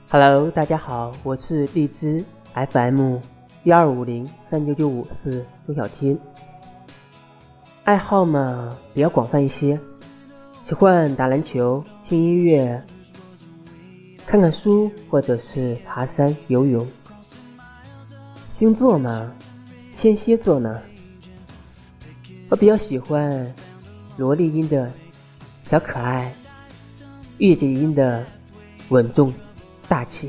Hello， 大家好，我是荔枝 FM 12503995周小天。爱好嘛比较广泛一些，喜欢打篮球、听音乐、看看书，或者是爬山、游泳。星座嘛，天蝎座呢，我比较喜欢萝莉音的小可爱，御姐音的稳重大气。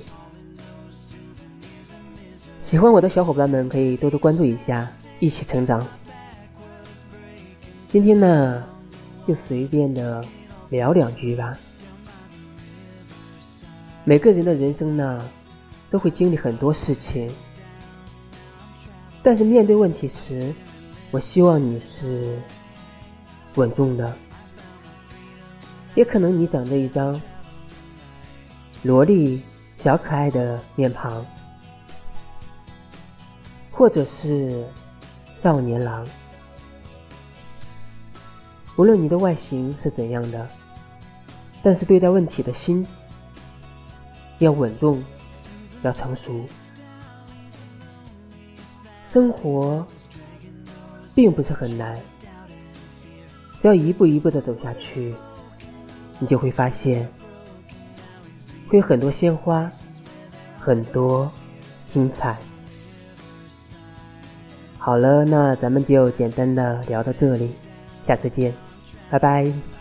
喜欢我的小伙伴们可以多多关注一下，一起成长。今天呢，就随便的聊两句吧。每个人的人生呢，都会经历很多事情，但是面对问题时，我希望你是稳重的。也可能你长着一张萝莉小可爱的面庞，或者是少年郎。无论你的外形是怎样的，但是对待问题的心要稳重，要成熟。生活并不是很难，只要一步一步的走下去，你就会发现会有很多鲜花，很多精彩。好了，那咱们就简单的聊到这里，下次见，拜拜。